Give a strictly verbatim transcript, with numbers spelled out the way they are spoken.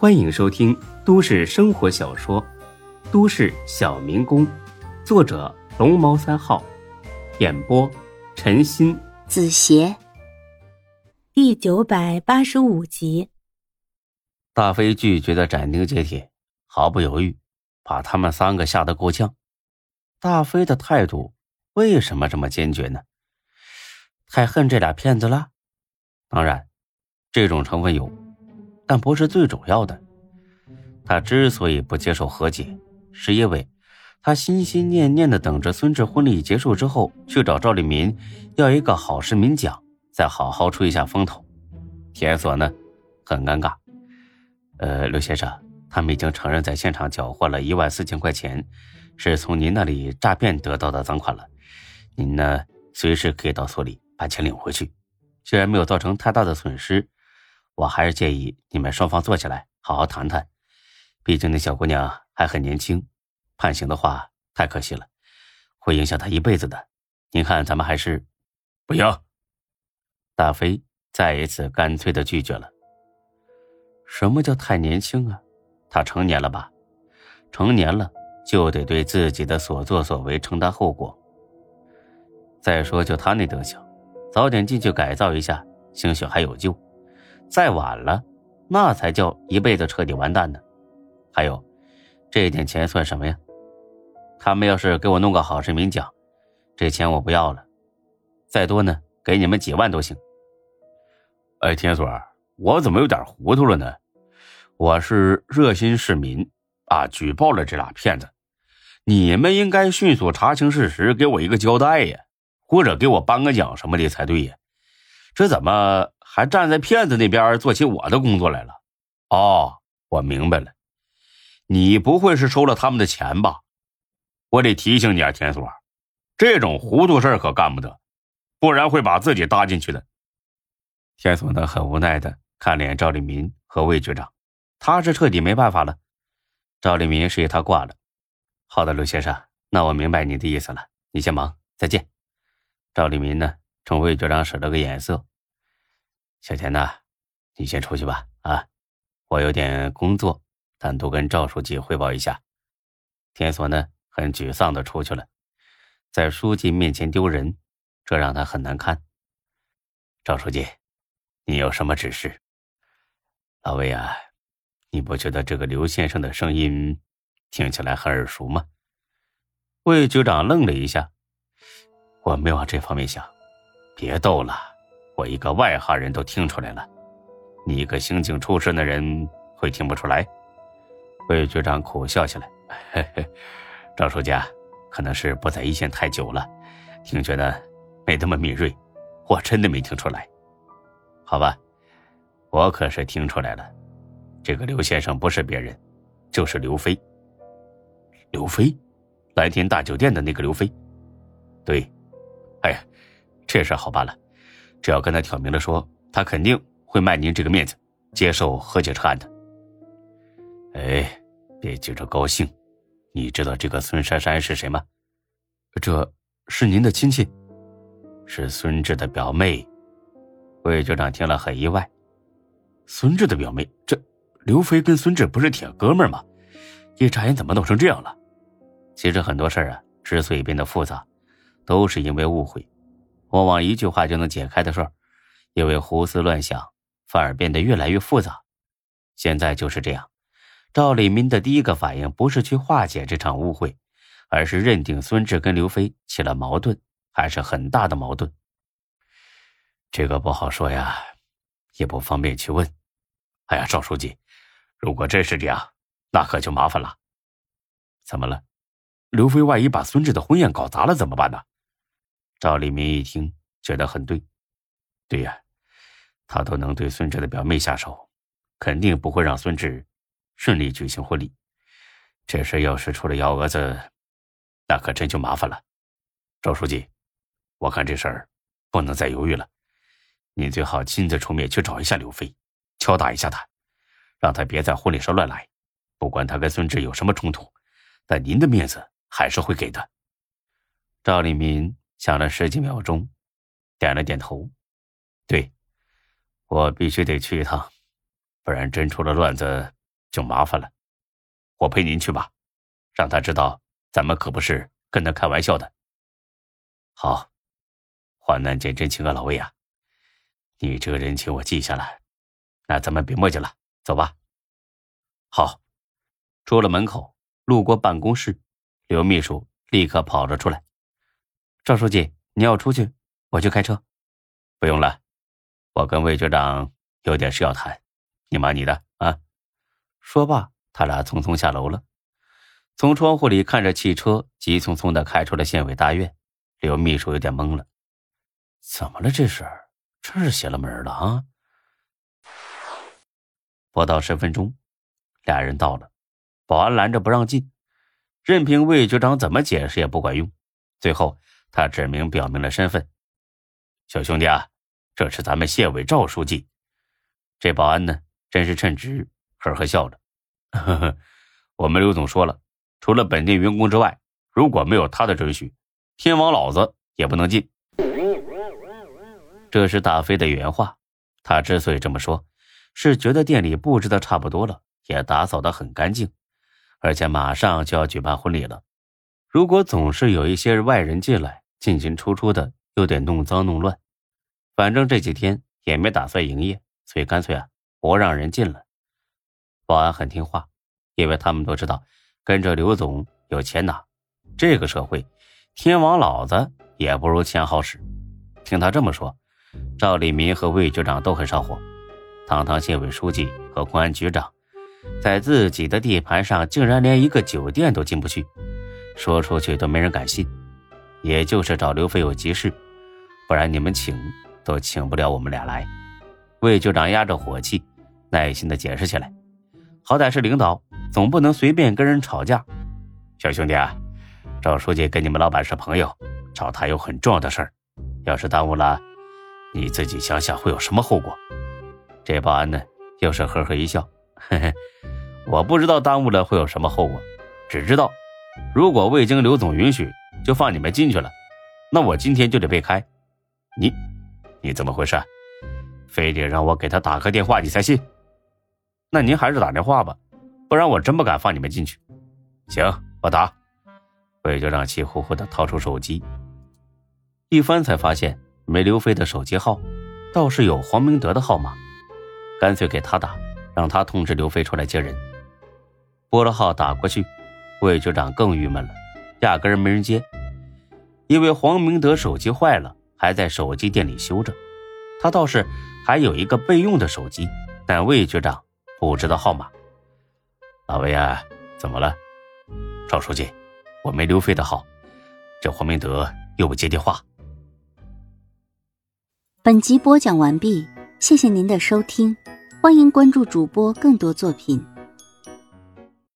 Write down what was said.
欢迎收听都市生活小说《都市小民工》，作者龙猫三号，演播陈鑫、 子邪， 第九百八十五集。 大飞拒绝的斩钉截铁，毫不犹豫，把他们三个吓得够呛。大飞的态度为什么这么坚决呢？太恨这俩骗子了？当然，这种成分有，但不是最主要的。他之所以不接受和解，是因为他心心念念的等着孙志婚礼结束之后去找赵立民要一个好市民奖，再好好出一下风头。田所呢很尴尬，呃，刘先生，他们已经承认在现场缴获了一万四千块钱，是从您那里诈骗得到的赃款了。您呢随时可以到所里把钱领回去。虽然没有造成太大的损失，我还是建议你们双方坐下来好好谈谈。毕竟那小姑娘还很年轻，判刑的话太可惜了，会影响她一辈子的。您看咱们还是…… 不行。 大飞再一次干脆地拒绝了。什么叫太年轻啊？他成年了吧？成年了就得对自己的所作所为承担后果。再说就他那德行，早点进去改造一下，兴许还有救。再晚了，那才叫一辈子彻底完蛋呢。还有，这点钱算什么呀？他们要是给我弄个好市民奖，这钱我不要了，再多呢，给你们几万都行。 哎，田所，我怎么有点糊涂了呢？我是热心市民啊，举报了这俩骗子，你们应该迅速查清事实，给我一个交代呀，或者给我颁个奖什么的才对呀。这怎么还站在骗子那边做起我的工作来了？哦，我明白了，你不会是收了他们的钱吧？我得提醒你啊，田所，这种糊涂事可干不得，不然会把自己搭进去的。 田所呢很无奈的看脸赵立民和魏局长，他是彻底没办法了。赵立民示意他挂了。好的，刘先生，那我明白你的意思了，你先忙，再见。赵立民呢冲魏局长使了个眼色。小田呐，你先出去吧，啊，我有点工作，单独跟赵书记汇报一下。田所呢很沮丧地出去了，在书记面前丢人，这让他很难堪。赵书记，你有什么指示？老魏啊，你不觉得这个刘先生的声音听起来很耳熟吗？魏局长愣了一下。我没往这方面想。别逗了，我一个外行人都听出来了，你一个刑警出身的人会听不出来？魏局长苦笑起来。嘿嘿，赵书记啊，可能是不在一线太久了，听觉得没那么敏锐，我真的没听出来。好吧，我可是听出来了，这个刘先生不是别人，就是刘飞。刘飞？蓝天大酒店的那个刘飞？对。哎呀，这事好办了，只要跟他挑明了说，他肯定会卖您这个面子，接受和解撤案的。哎，别急着高兴，你知道这个孙珊珊是谁吗？这是您的亲戚？是孙志的表妹。魏局长听了很意外。孙志的表妹？这刘飞跟孙志不是铁哥们吗？一眨眼怎么弄成这样了？其实很多事啊，之所以变得复杂，都是因为误会。往往一句话就能解开的事儿，因为胡思乱想，反而变得越来越复杂。现在就是这样，赵立民的第一个反应不是去化解这场误会，而是认定孙志跟刘飞起了矛盾，还是很大的矛盾。这个不好说呀，也不方便去问。哎呀，赵书记，如果真是这样，那可就麻烦了。怎么了？刘飞万一把孙志的婚宴搞砸了怎么办呢？赵立民一听觉得很对。对呀，他都能对孙志的表妹下手，肯定不会让孙志顺利举行婚礼。这事要是出了幺蛾子，那可真就麻烦了。赵书记，我看这事儿不能再犹豫了，您最好亲自出面去找一下刘飞，敲打一下他，让他别在婚礼上乱来。不管他跟孙志有什么冲突，但您的面子还是会给的。赵立民想了十几秒钟，点了点头。对，我必须得去一趟，不然真出了乱子， 就麻烦了。我陪您去吧，让他知道咱们可不是跟他开玩笑的。 好，患难见真情啊，老魏啊，你这个人情我记下了。那咱们别磨叽了，走吧。 好。出了门口，路过办公室，刘秘书立刻跑了出来。赵书记，你要出去，我去开车。 不用了，我跟魏局长有点事要谈，你忙你的啊。 说罢，他俩匆匆下楼了。从窗户里看着汽车急匆匆地开出了县委大院，刘秘书有点懵了。怎么了这是？真是邪了门了啊！不到十分钟，俩人到了，保安拦着不让进，任凭魏局长怎么解释也不管用。最后他指名表明了身份。 小兄弟啊，这是咱们县委赵书记。 这保安呢，真是称职，呵呵笑着。 呵呵，我们刘总说了，除了本地员工之外，如果没有他的准许，天王老子也不能进。 这是大飞的原话。他之所以这么说，是觉得店里布置的差不多了，也打扫得很干净，而且马上就要举办婚礼了。如果总是有一些外人进来，进进出出的，有点弄脏弄乱。反正这几天也没打算营业，所以干脆啊，不让人进了。保安很听话，因为他们都知道跟着刘总有钱拿，这个社会天王老子也不如钱好使。听他这么说，赵立民和魏局长都很上火。堂堂县委书记和公安局长，在自己的地盘上竟然连一个酒店都进不去，说出去都没人敢信。也就是找刘飞有急事，不然你们请都请不了我们俩来。魏局长压着火气，耐心地解释起来。好歹是领导，总不能随便跟人吵架。 小兄弟啊，赵书记跟你们老板是朋友，找他有很重要的事儿，要是耽误了，你自己想想会有什么后果。 这保安呢，又是呵呵一笑，嘿嘿，我不知道耽误了会有什么后果，只知道如果未经刘总允许就放你们进去了，那我今天就得被开。 你你怎么回事？非得让我给他打个电话你才信？ 那您还是打电话吧，不然我真不敢放你们进去。 行，我打。 魏局长气呼呼地掏出手机，一翻才发现没刘飞的手机号，倒是有黄明德的号码，干脆给他打，让他通知刘飞出来接人。拨了号打过去，魏局长更郁闷了，压根儿没人接。因为黄明德手机坏了，还在手机店里修着，他倒是还有一个备用的手机，但魏局长不知道号码。 老魏啊，怎么了？ 赵书记，我没刘飞的号，这黄明德又不接电话。 本集播讲完毕，谢谢您的收听，欢迎关注主播更多作品。